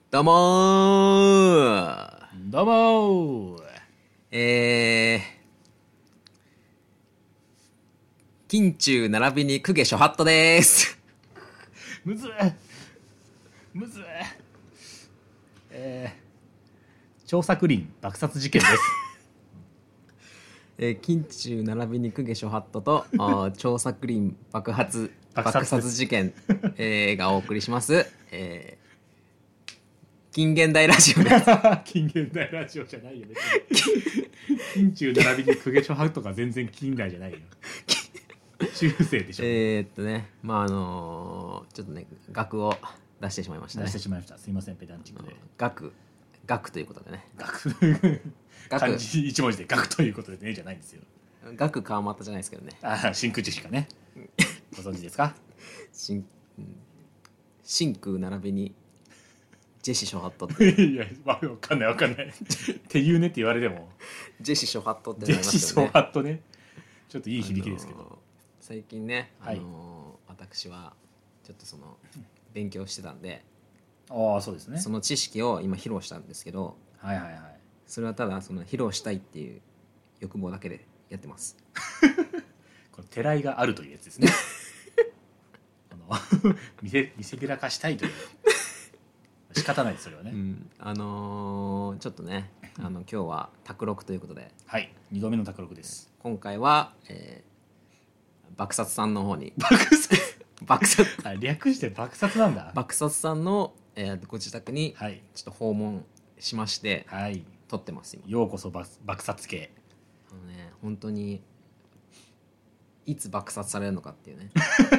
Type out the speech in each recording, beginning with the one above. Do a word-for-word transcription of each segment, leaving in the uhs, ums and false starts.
どうもーどうもーえー、近中並びに公家諸法度でーす。 むずいむずいえー、張作霖爆殺事件ですえー、近中並びに公家諸法度とあー張作霖爆発爆殺爆殺事件、えー、がお送りします、えー、近現代ラジオです。 近現代ラジオじゃないよね近中並びに公家諸法度とか全然近代じゃないよ中世でしょ。 えーっとねまああのー、ちょっとね額を出してしまいましたね。 出してしまいました。すいません、ペダンチックで。 額額ということでね。 額額漢字一文字で額ということでねじゃないんですよ。 額川又じゃないですけどね。 ああ、真空ジェシカねご存知ですか。 真真空並びにジェシ・ショハットっていや、わかんないわかんないっていうねって言われてもジェシ・ショハットってなジりェシソますよね。 ハットね、ちょっといい響きですけど、 あのー最近ね、 はいあのー私はちょっとその勉強してたんで、 ああそうですね、 その知識を今披露したんですけど、 はいはいはい。 それはただその披露したいっていう欲望だけでやってます。 このてらいがあるというやつですねあの見せ見せびらかしたいという仕方ないですそれはね、 うん、あのーちょっとねあの今日は卓録ということで、 はいにどめの卓録です。 今回は、えー、爆殺さんの方に爆殺爆殺あ略して爆殺なんだ。 爆殺さんの、えーご自宅にはいちょっと訪問しましてはい撮ってます今。 ようこそ爆爆殺系。 あのね本当にいつ爆殺されるのかっていうね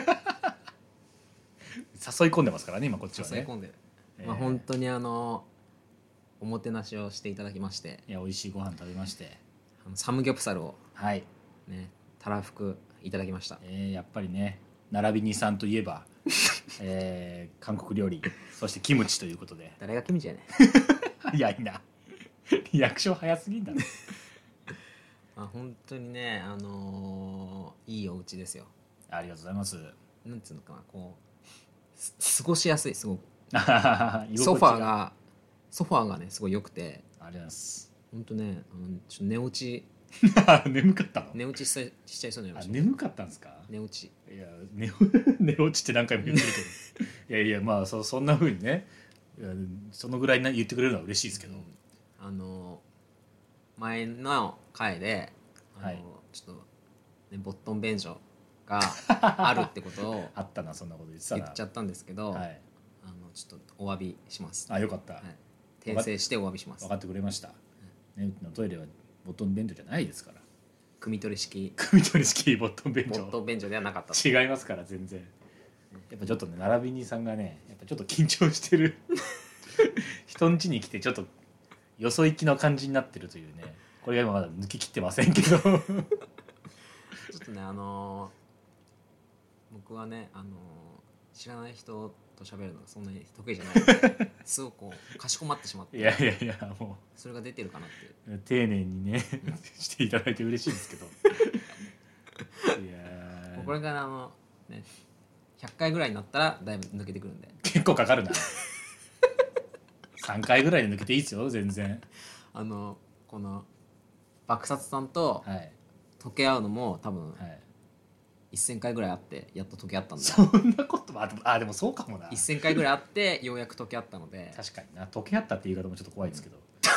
誘い込んでますからね今こっちはね。 誘い込んでる、 えーまあ本当にあのおもてなしをしていただきまして、 いや美味しいご飯食べまして、 あのサムギョプサルをはいねたらふくいただきました。 えーやっぱりね並びにさんといえば、えー韓国料理そしてキムチということで誰がキムチやねんいやいいなリアクション早すぎんだろあ本当にねあのーいいお家ですよ。 ありがとうございますなんつうのかなこうす過ごしやすいすごく居心地がソファーがソファーがねすごい良くて、 ありがとうございます本当ねあのちょっと寝落ち眠かったの。 寝落ちしちゃいしちゃいそうになりました。 あ眠かったんですか。 寝落ちいや寝寝落ちって何回も言ってるけどいやいやまあ そ, そんな風にねいやそのぐらいな言ってくれるのは嬉しいですけど、 あの前の回であの、 はいちょっと、ね、ボットン便所があるってことをあったなそんなこと言ってたな。 言っちゃったんですけど、 はいあのちょっとお詫びします。 あよかった、 はい、訂正してお詫びします。 分かってくれました、ね、うちのトイレはボトン便所じゃないですから汲み取り式汲み取り式ボットン便ボ所ットン便所ではなかったと。 違いますから全然。やっぱちょっとね並びにさんがねやっぱちょっと緊張してる人ん家に来てちょっとよそ行きの感じになってるというね、これが今まだ抜ききってませんけどちょっとねあのー僕はねあのー知らない人と喋るのがそんなに得意じゃないのですごくこうかしこまってしまっていやいやいやもそれが出てるかなっていう。 う丁寧にねしていただいて嬉しいんですけどいやーこれからあのねひゃっかいぐらいになったらだいぶ抜けてくるんで。 結構かかるなさんかいぐらいで抜けていいですよ全然。 あのこの爆殺さんとはい溶け合うのも多分はいせんかいぐらいあってやっと溶け合ったんで、 そんなこともあでもあでもそうかもな。 せんかいぐらいあってようやく溶け合ったので確かにな溶け合ったって言い方もちょっと怖いですけど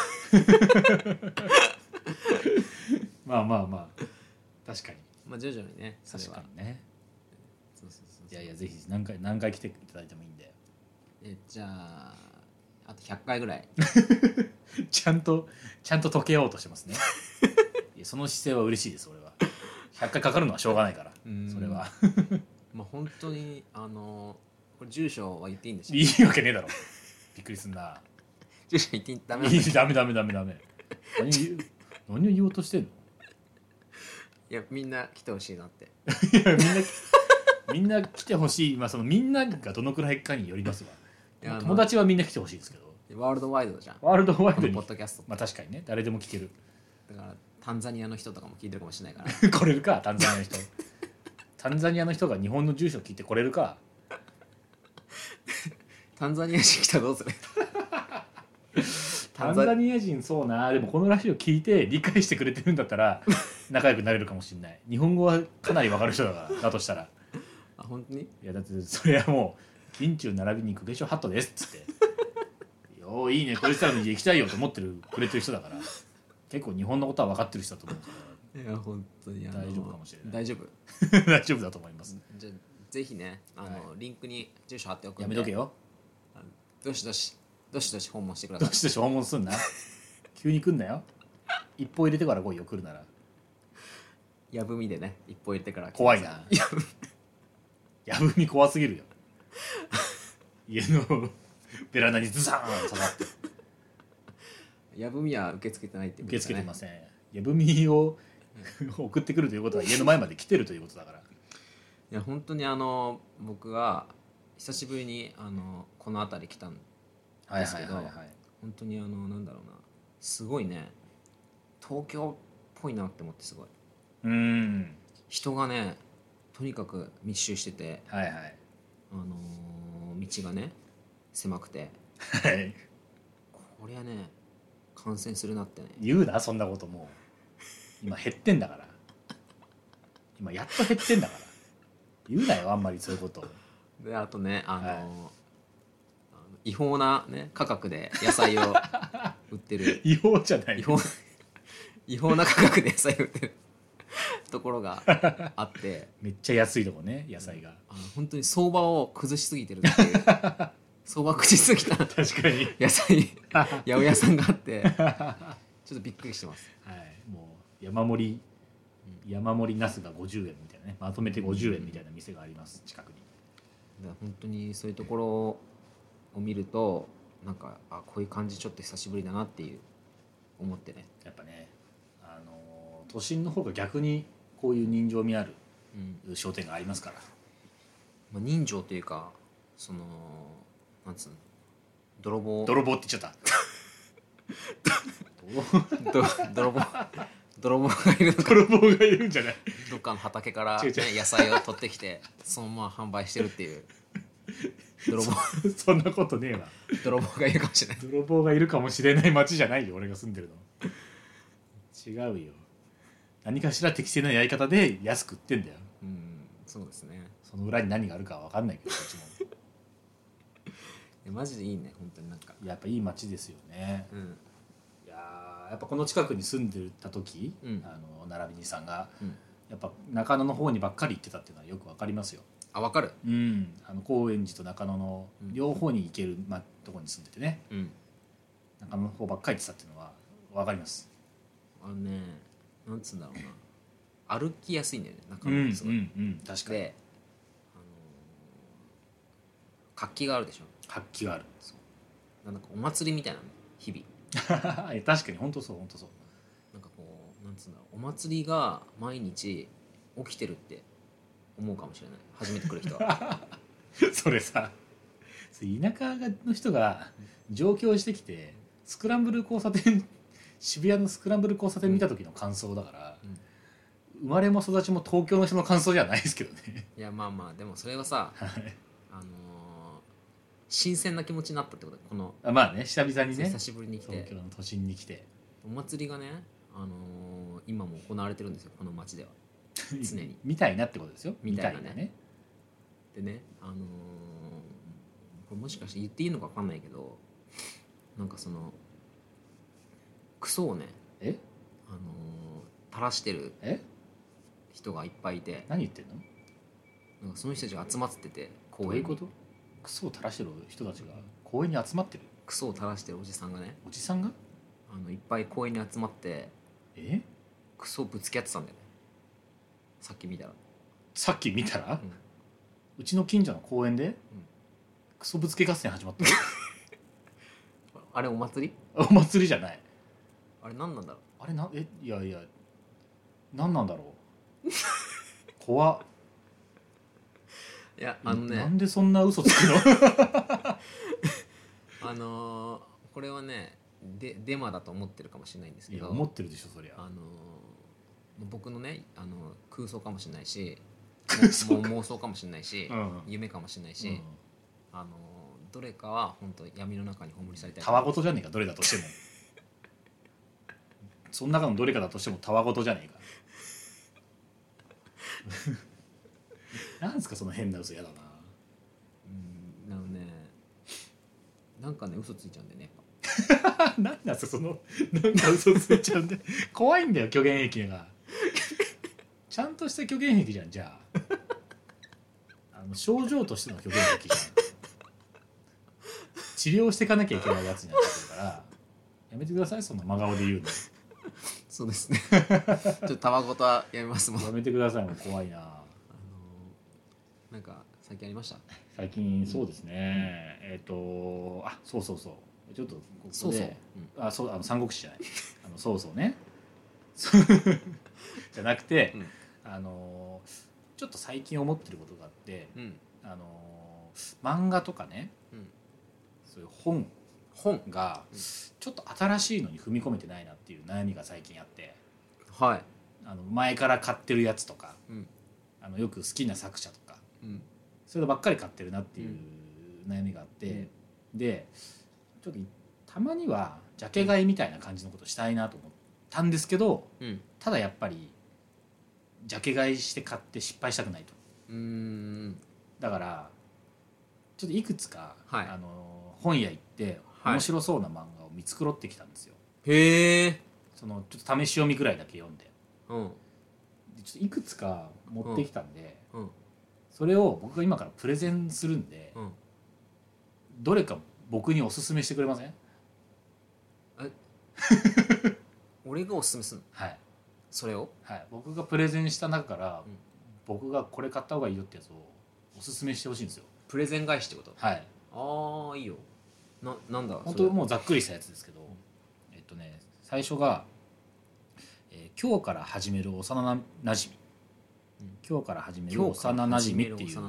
まあまあまあ確かにまあ徐々にねそれ確はかにね。 そうそうそうそういやいやぜひ何回何回来ていただいてもいいんでえじゃああとひゃっかいぐらいちゃんとちゃんと溶けようとしてますねいやその姿勢は嬉しいです俺は。ひゃっかいかかるのはしょうがないからうんそれはまあ本当にあのこれ住所は言っていいんでしょ。 いいわけねえだろびっくりすんな。 住所言ってダメいなんだ。 いダメダメダメダメ何言う何を言おうとしてんの。 いやみんな来てほしいなって。 いやみんなみんな来てほしい、まあ、そのみんながどのくらいかによりますわ。 いやあの友達はみんな来てほしいですけどワールドワイドじゃんワールドワイこのドにポッドキャストって。 まあ確かにね誰でも聞けるだからタンザニアの人とかも聞いてるかもしれないから来れるかタンザニアの人タンザニアの人が日本の住所聞いて来れるかタンザニア人来たらどうするタンザニア人そうな。でもこのラジオ聞いて理解してくれてるんだったら仲良くなれるかもしれない。日本語はかなり分かる人だからだとしたら。 あ本当に？ いやだってそれはもう金中並びにクゲショハットですっつってよーいいねこいつらの家行きたいよと思ってるくれてる人だから結構日本のことは分かってる人だと思うからいや本当にあの大丈夫かもしれない。 大丈夫大丈夫だと思います。 じゃあぜひねあの、 はいリンクに住所貼っておくんでやめとけよ。 どしどしどしどし訪問してください。 どうして訪問すんな急に来んなよ。一歩入れてから来いよ来るなら。 やぶみでね一歩入れてから怖いな。やぶみ怖すぎるよ。家のベランダにズサーン刺さってやぶみは受け付けてないって受け付けてません。やぶみを送ってくるということは家の前まで来てるということだから。 いや本当にあの僕は久しぶりにあのこの辺り来たんですけど、本当にあのなんだろうなすごいね東京っぽいなって思ってすごい。 うーん人がねとにかく密集してて、 はいはいあのー道がね狭くてはいこりゃね感染するなってね。 言うなそんなこと。もう今減ってんだから。今やっと減ってんだから言うなよあんまりそういうこと。 であとねあのーはいあの違法な、ね、価格で野菜を売ってる違法じゃない違法違法な価格で野菜を売ってるところがあってめっちゃ安いとこね野菜が。 あの本当に相場を崩しすぎてるっていう相場崩しすぎた確かに野菜八百屋さんがあってちょっとびっくりしてます。 はい、もう山盛り山盛りナスがごじゅうえんみたいなねまとめてごじゅうえんみたいな店があります近くに。 だから本当にそういうところを見るとなんかあこういう感じちょっと久しぶりだなっていう思ってね。 やっぱねあの都心の方が逆にこういう人情味あるうん商店がありますから。 まあ、人情というかそのなんつうの泥棒泥棒って言っちゃったど泥棒泥棒がいるのか泥棒がいるんじゃない。 どっかの畑から、ね、 違う違う野菜を取ってきてそのまま販売してるっていう泥棒そんなことねえわ。 泥棒がいるかもしれない。 泥棒がいるかもしれない町じゃないよ俺が住んでるの。違うよ。何かしら適正なやり方で安く売ってんだよ。 うんそうですね。 その裏に何があるかは分かんないけどこっちもいやマジでいいね本当になんか。 やっぱいい町ですよね。 うんいやーやっぱこの近くに住んでた時、 うんあの並びにさんが、 うんやっぱ中野の方にばっかり行ってたっていうのはよく分かりますよ。 あ分かる。 うんあの高円寺と中野の両方に行ける、ま、とこに住んでてねうん中野の方ばっかり行ってたっていうのは分かります。 あのねなんつうんだろうな歩きやすいんだよね中うんうん野すごい、 うん確かにで、あのー活気があるでしょ。 活気がある。 そうなんかお祭りみたいなの日々 え確かに本当そう本当そう。 なんかこうなんつうんだろうお祭りが毎日起きてるって思うかもしれない初めて来る人はそれさ田舎の人が上京してきてスクランブル交差点渋谷のスクランブル交差点見た時の感想だから、 うん生まれも育ちも東京の人の感想じゃないですけどね。 いやまあまあでもそれはさ、 はいあのー新鮮な気持ちになったってことこのあまあね久々にね久しぶりに来東て京の都心に来てお祭りがね、あのー今も行われてるんですよこの町では常にみたいなってことですよ。 みたいなねねでねあのーこれもしかして言っていいのか分かんないけどなんかそのクソをね、 えあのー垂らしてるえ人がいっぱいいて何言ってんの。 なんかその人たちが集まってて公園にどういうこと。クソを垂らしてる人たちが公園に集まってる。 クソを垂らしてるおじさんがねおじさんがあのいっぱい公園に集まってえクソをぶつけ合ってたんだよねさっき見たら、 さっき見たら、 うんうちの近所の公園で、クソぶつけ合戦始まった。 あれお祭りお祭りじゃない。 あれ何なんだろうあれなえいやいや何なんだろう。怖っ。 いやあのなねんでそんな嘘つくの。 あのーこれはねデデマだと思ってるかもしれないんですけどいや思ってるでしょそりゃ。 あのー僕のね、あの空想かもしれないし空想かももう妄想かもしれないし、 うん夢かもしれないし、 うんあのどれかは本当闇の中に葬り去りたい。 たわごとじゃねえかどれだとしてもその中のどれかだとしてもたわごとじゃねえかなんですかその変な嘘やだな。 うんなのねなんかね嘘ついちゃうんだよねやっぱなんだそのなんか嘘ついちゃうんで怖いんだよ虚言癖がちゃんとした虚言癖じゃん。じゃああの症状としての虚言癖じゃん。治療していかなきゃいけないやつになってるからやめてくださいその真顔で言うのそうですねちょっとたわごとはやめますもん。 やめてくださいもう怖いな。 あのなんか最近ありました？ 最近そうですね、うん、えっ、ー、とあそうそうそうちょっとここでそうそう、 うん、あそうあの三国志じゃないあのそうそうねじゃなくて、うん、あのちょっと最近思ってることがあって、うん、あの漫画とかね、うん、そういう本本がちょっと新しいのに踏み込めてないなっていう悩みが最近あって、はい、あの前から買ってるやつとか、うん、あのよく好きな作者とか、うん、そればっかり買ってるなっていう悩みがあって、うん、でちょっとたまにはジャケ買いみたいな感じのことしたいなと思ったんですけど、うん、ただやっぱりジャケ買いして買って失敗したくないと。うーんだからちょっといくつか、はい、あの本屋行って面白そうな漫画を見繕ってきたんですよ。へえ。そのちょっと試し読みぐらいだけ読んで、うん、でちょっといくつか持ってきたんで、うんうん、それを僕が今からプレゼンするんで、うん、どれか僕におすすめしてくれません？ え俺がおすすめするの？はいそれを、 はい、僕がプレゼンした中から、うん、僕がこれ買った方がいいよってやつをおすすめしてほしいんですよ。 プレゼン返しってこと？はい。ああいいよ。ななんだ本当もうざっくりしたやつですけど、えっとね最初が、えー「今日から始める幼なじみ」うん、今日から始める幼なじみっていう、はい、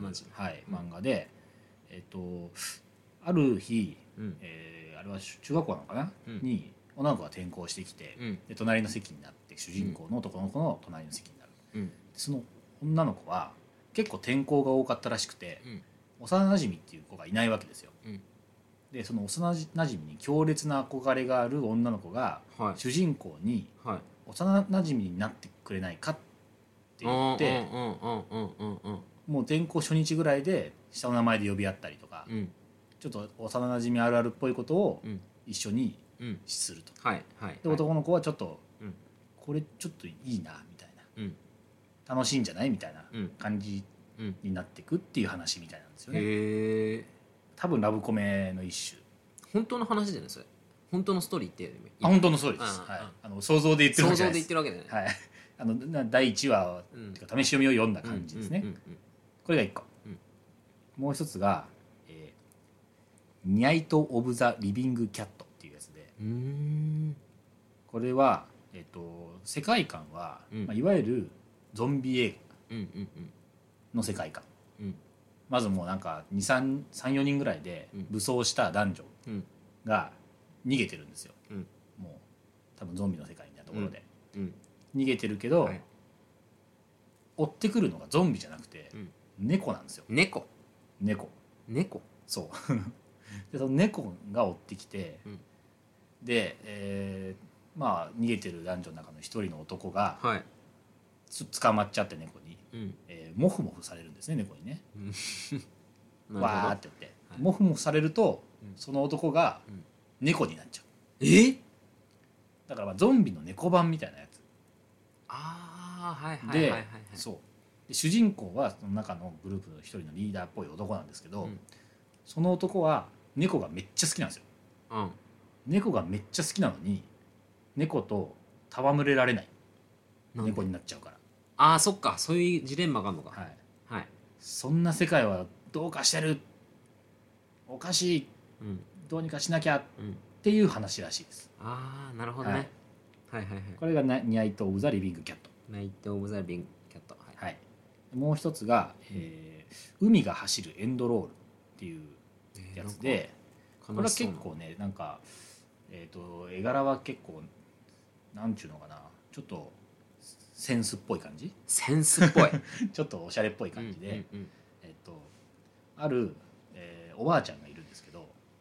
漫画で、えっとある日、うんえー、あれは中学校なのかな、うん、に女の子が転校してきて、うん、で隣の席になって主人公の男の子の隣の席になる、うん、その女の子は結構転校が多かったらしくて、うん、幼なじみっていう子がいないわけですよ、うん、でその幼なじみに強烈な憧れがある女の子が、はい、主人公に、はい、幼なじみになってくれないかって言ってもう転校初日ぐらいで下の名前で呼び合ったりとか、うん、ちょっと幼なじみあるあるっぽいことを一緒にすると、うんはいはい、で男の子はちょっと、うん、これちょっといいなみたいな、うん、楽しいんじゃないみたいな感じになっていくっていう話みたいなんですよね、うん、へー多分ラブコメの一種。 本当の話じゃないそれ。本当のストーリーってあ本当のストーリーです、はい、あの想像で言ってるわけじゃないです。 想像で言ってるわけじゃない、はい、 あのだいいちわ、うん、てか試し読みを読んだ感じですね、うんうんうんうん、これがいっこ、うん、もう一つが、えー、ニャイト・オブ・ザ・リビング・キャットっていうやつで、うーんこれは、えーと、世界観は、うんまあ、いわゆるゾンビ映画の世界観、うんうんうんまずもうなんかさんよにんぐらいで武装した男女が逃げてるんですよ、うん、もう多分ゾンビの世界みたいなところで、うんうん、逃げてるけど、はい、追ってくるのがゾンビじゃなくて、うん、猫なんですよ。 猫猫猫そうでその猫が追ってきて、うん、で、えー、まあ逃げてる男女の中の一人の男が、はい、捕まっちゃって猫に、うんえー、モフモフされるんですね猫にねわーって言って、はい、モフモフされると、うん、その男が猫になっちゃう、えだからまあゾンビの猫版みたいなやつ。ああはいはいはいはい、はい、でそうで主人公はその中のグループの一人のリーダーっぽい男なんですけど、うん、その男は猫がめっちゃ好きなんですよ、うん、猫がめっちゃ好きなのに猫と戯れられない。猫になっちゃうから。 ああそっかそういうジレンマがあるのか。はい、 はい、そんな世界はどうかしてるおかしい、うん、どうにかしなきゃっていう話らしいです、うん、 ああなるほどね、はい、はいはいはいこれがニャイト・オブ・ザ・リビング・キャット。 ナイト・オブ・ザ・リビング・キャット、はいはい、もう一つが、えー、海が走るエンドロールっていうやつで、えー、これは結構ねなんか、えー、と絵柄は結構なんちゅうのかなちょっとセンスっぽい感じセンスっぽいちょっとおしゃれっぽい感じで、うんうんうん、えっとある、えー、おばあちゃんがいるんですけど、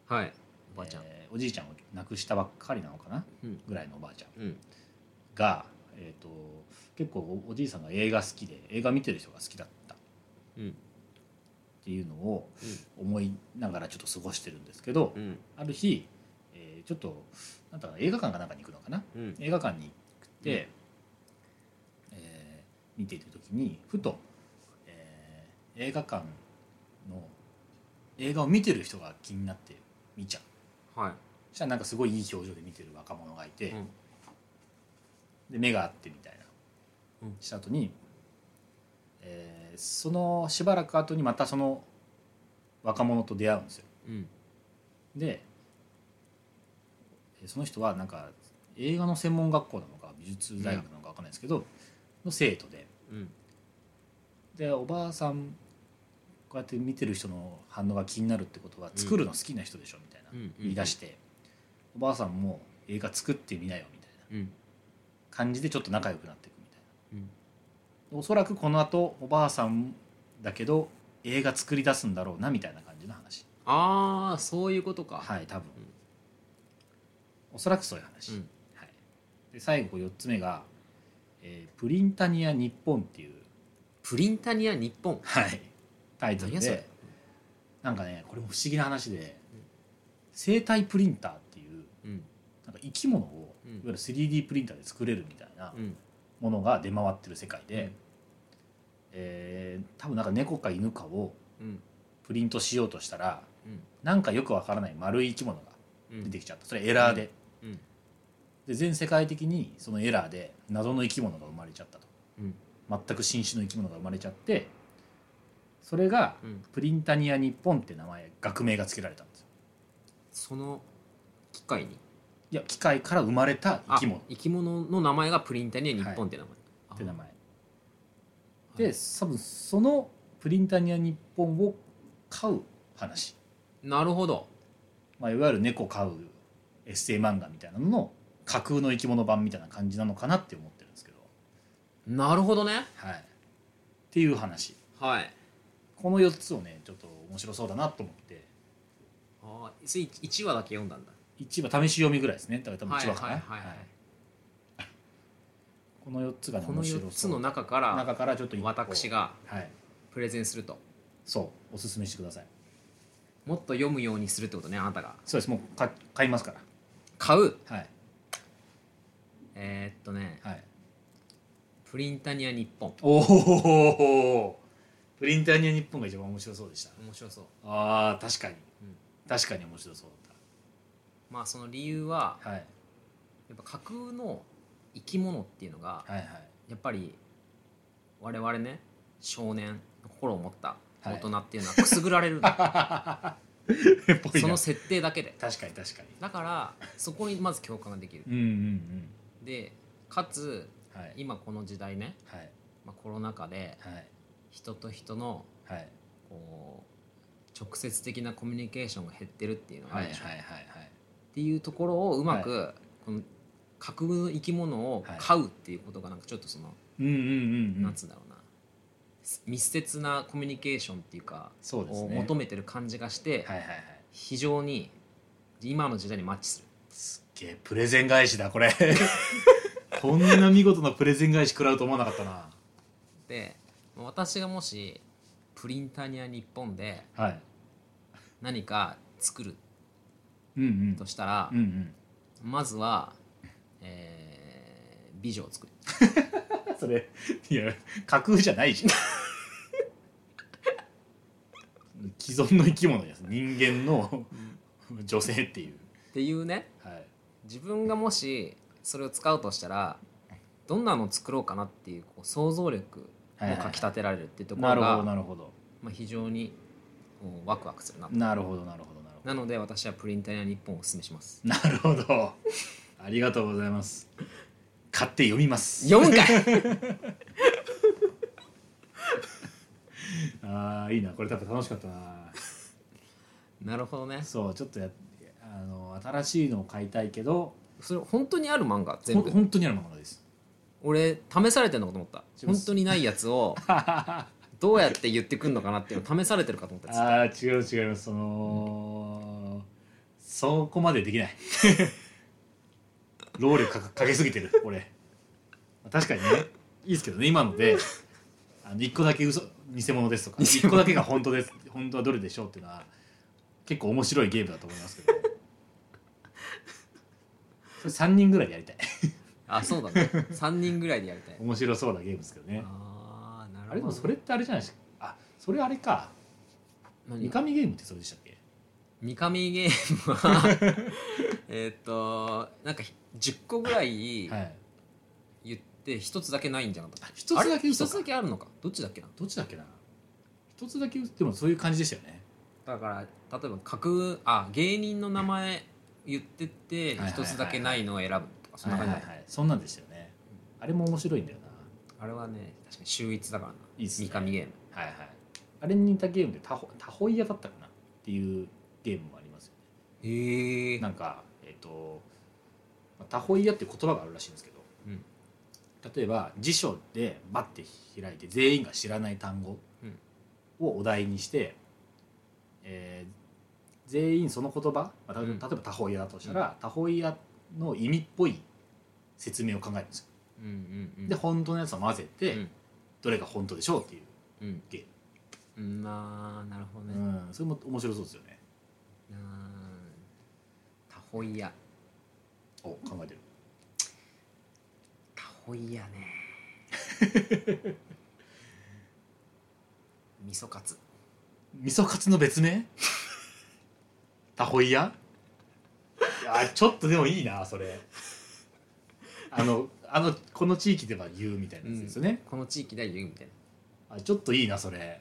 はいおばあちゃん、 えーおじいちゃんを亡くしたばっかりなのかな、 うん、 ぐらいのおばあちゃんうんが、えー、と結構 お, おじいさんが映画好きで映画見てる人が好きだったっうんていうのを思いながらちょっと過ごしてるんですけど、 うん、 ある日、えーちょっとなんだか映画館かなんかに行くのかな、 うん、 映画館に行って、うんえー見ている時にふと、えー映画館の映画を見てる人が気になって見ちゃう。 はい、 そしたらなんかすごいいい表情で見てる若者がいて、 うん、 で目が合ってみたいな、 うん、 した後に、えーそのしばらく後にまたその若者と出会うんですよ。 うん、 でその人はなんか映画の専門学校なのか美術大学なのか分かんないですけど、の生徒で、 うん、 でおばあさんこうやって見てる人の反応が気になるってことは作るの好きな人でしょみたいな、 うん言い出して、おばあさんも映画作ってみなよみたいなうん、 感じでちょっと仲良くなっていくみたいな。 うん、 おそらくこの後おばあさんだけど映画作り出すんだろうなみたいな感じの話。 ああそういうことか、 はい多分、おそらくそういう話、 うんはい、で最後よっつめが、えープリンタニア日本っていう、 プリンタニア日本、 はい、タイトル何やそれで、なんかねこれも不思議な話で、生体プリンターっていううんなんか生き物をうんいわゆる スリーディー プリンターで作れるみたいなうんものが出回ってる世界で、 うんえー多分なんか猫か犬かをうんプリントしようとしたらうんなんかよくわからない丸い生き物がうん出てきちゃった。それエラーで、 うんで全世界的にそのエラーで謎の生き物が生まれちゃったと。 うん全く新種の生き物が生まれちゃって、それがうんプリンタニア日本って名前学名が付けられたんですよ。 その機械にいや機械から生まれた生き物っ生き物の名前がプリンタニア日本って名前、 て名前はいで、多分そのプリンタニア日本を飼う話、 なるほど、 まあ、いわゆる猫飼うエッセイ漫画みたいなのの架空の生き物版みたいな感じなのかなって思ってるんですけど、 なるほどね、 はい、っていう話。 はい、 このよっつをねちょっと面白そうだなと思ってああそれいちわだけ読んだんだ、 いちわ試し読みぐらいですね。だから多分いちわかな、 はいはいはいはいはいこのよっつがねこの面白そうよっつの中から中からちょっと一個私がはいプレゼンすると、 そうおすすめしてください。 もっと読むようにするってことね、あなたがそうですもうか買いますか買う。 ら。はいえー、っとねはいプリンタニア日本、 おおプリンタニア日本が一番面白そうでした。 面白そう。 あー確かに、 うん確かに面白そうまあその理由はだった。はいやっぱ架空の生き物っていうのがはいはいやっぱり我々ね少年の心を持ったはい大人っていうのはくすぐられるんだ、 ぽいなその設定だけで。 確かに確かに。 だからそこにまず共感ができる、 うんうんうんでかつはい今この時代ね、 はいまあ、コロナ禍ではい人と人のはいこう直接的なコミュニケーションが減ってるっていうのがあはいはいるでしょ、 はいはいっていうところをうまく、この架空の生き物を飼うっていうことがなんかちょっとその、 うんうんうんうんなんつうんだろうな密接なコミュニケーションっていうかそうですねを求めてる感じがして、 はいはいはい非常に今の時代にマッチする。 すっげえプレゼン返しだこれこんな見事なプレゼン返し食らうと思わなかったな。 で私がもしプリンタニア日本ではい何か作るうんうんとしたら、 うんうんまずは、えー美女を作る。 それいや架空じゃないじゃん既存の生き物です。人間の女性っていう、 っていうね、 はい自分がもしそれを使うとしたらどんなのを作ろうかなっていう、こう想像力をかきたてられるっていうところが、 なるほどなるほどまあ、非常にこうワクワクするなと。 なるほどなるほどなるほなので私はプリンタニア日本をお勧めします。 どなるほどありがとうございます。買って読みます。 読むかいあーいいなこれ多分楽しかったな。 なるほどね。 そうちょっとやあの新しいのを買いたいけどそれ本当にある漫画全ほ部本当にあるものです。 俺試されてるのかと思った。 違います本当にないやつをどうやって言ってくんのかなっていうの試されてるかと思ったんですよ。 ああ違う違います。その、 そこまでできない労力かかけすぎてる俺。確かにねいいですけどね、今のであのいっこだけ嘘偽物ですとかいっこだけが本当です本当はどれでしょうっていうのは結構面白いゲームだと思いますけどそれさんにんぐらいでやりたいあ、そうだねさんにんぐらいでやりたい。 面白そうなゲームですけどね。 ああ、なるほど。 あれでもそれってあれじゃないですか。あ、それあれか。三上ゲームってそれでしたっけ？ 三上ゲームはえっとなんかじゅっこぐらい言ってひとつだけないんじゃなかったっけ？ ひとつだけひとつだけあるのか。どっちだっけな。 どっちだっけな。ひとつだけでもそういう感じでしたよね。 だから例えば架空あ芸人の名前言ってってひとつだけないのを選ぶとかそんな感じだった。 はいはいはい、そんなんでしたよね。あれも面白いんだよな。 あれはね確かに秀逸だからな。 いいっすね。 三上ゲーム。 はいはい。あれに似たゲームでタホタホイヤだったかなっていうゲームもありますよね。 へえ。 なんかえっ、ー、とタホイヤって言葉があるらしいんですけど、うん、例えば辞書でバッて開いて全員が知らない単語をお題にして、えー、全員その言葉、まあ、例えばタホイヤだとしたら、うん、タホイヤの意味っぽい説明を考えるんですよ。うんうんうん、で本当のやつを混ぜて、うん、どれが本当でしょうっていうゲーム。 うん、まあなるほどね、 うん、それも面白そうですよね。 うんタホイヤお考えてる。 タホイヤね味噌カツ。 味噌カツの別名タホイヤ。いやちょっとでもいいなそれ。あのあのこの地域では言うみたいなやつですよね、 うん、この地域では言うみたいな。 あちょっといいなそれ。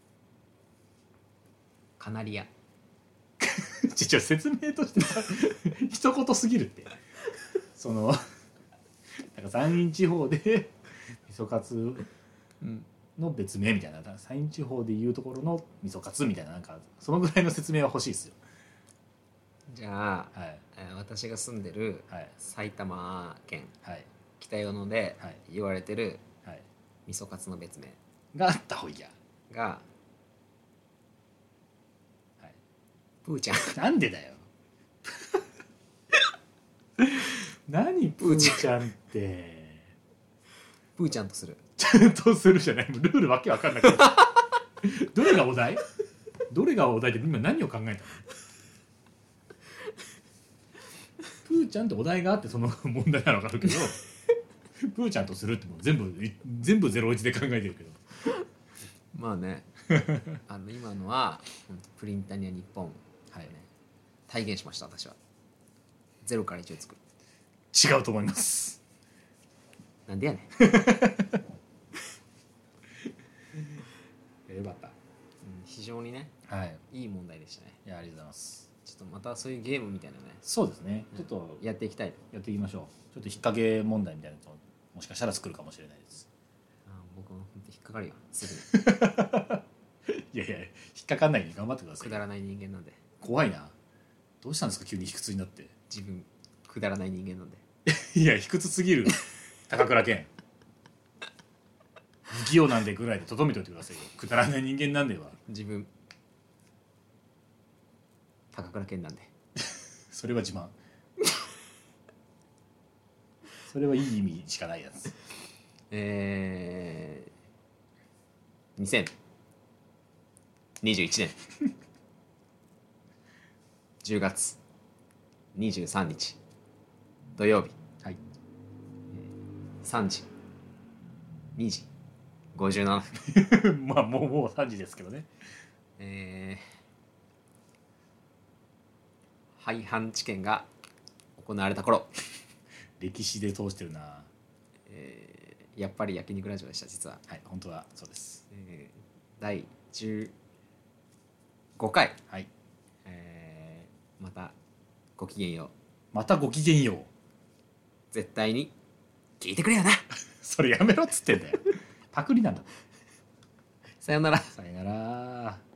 カナリアちょ説明としてさ一言すぎるって。そのなんか山陰地方で味噌カツの別名みたいな、山陰地方でいうところの味噌カツみたいな、なんかそのぐらいの説明は欲しいですよ。 じゃあ、はい、私が住んでる埼玉県、はい、北与野で言われてる味噌カツの別名があったほいやが、はい、プーちゃん。 なんでだよ何プーちゃんってプーちゃんとするちゃんとするじゃない、ルールわけわかんなくてどれがお題どれがお題で今何を考えたの。プーちゃんってお題があってその問題なのかだけどプーちゃんとするってもう全部全部ゼロイチで考えてるけどまあねあの今のはプリンタニア日本、はいね、体現しました私は。ゼロからいちを作る。 違うと思います。 なんでやねんよかった、うん、 非常にね、はい、いい問題でしたね。 いやありがとうございます。 ちょっとまたそういうゲームみたいなね。 そうですね、ちょっとやっていきたい。 やっていきましょう。ちょっと引っ掛け問題みたいなのもしかしたら作るかもしれないです。 あ僕も本当引っかかるよすぐにいやいや引っかかんないように頑張ってください。 くだらない人間なんで。 怖いな。どうしたんですか急に卑屈になって。 自分くだらない人間なんでいや卑屈すぎる高倉健不器用なんでぐらいでとどめておいてくださいよ。くだらない人間なんでは。 自分高倉健なんでそれは自慢それはいい意味しかないやつ。 えー、にせんにじゅういちねんじゅうがつにじゅうさんにち土曜日、はい、さんじにじごじゅうななふんまあもうもうさんじですけどね。 えー、廃藩置県が行われた頃歴史で通してるな、 えー、やっぱり焼肉ラジオでした実は。 はい本当はそうです、 えー、だいじゅうごかい、 はいえー、またごきげんよう。 またごきげんよう。 絶対に聞いてくれよなそれやめろっつってんだよパクリなんだ。 さよなら。 さよなら。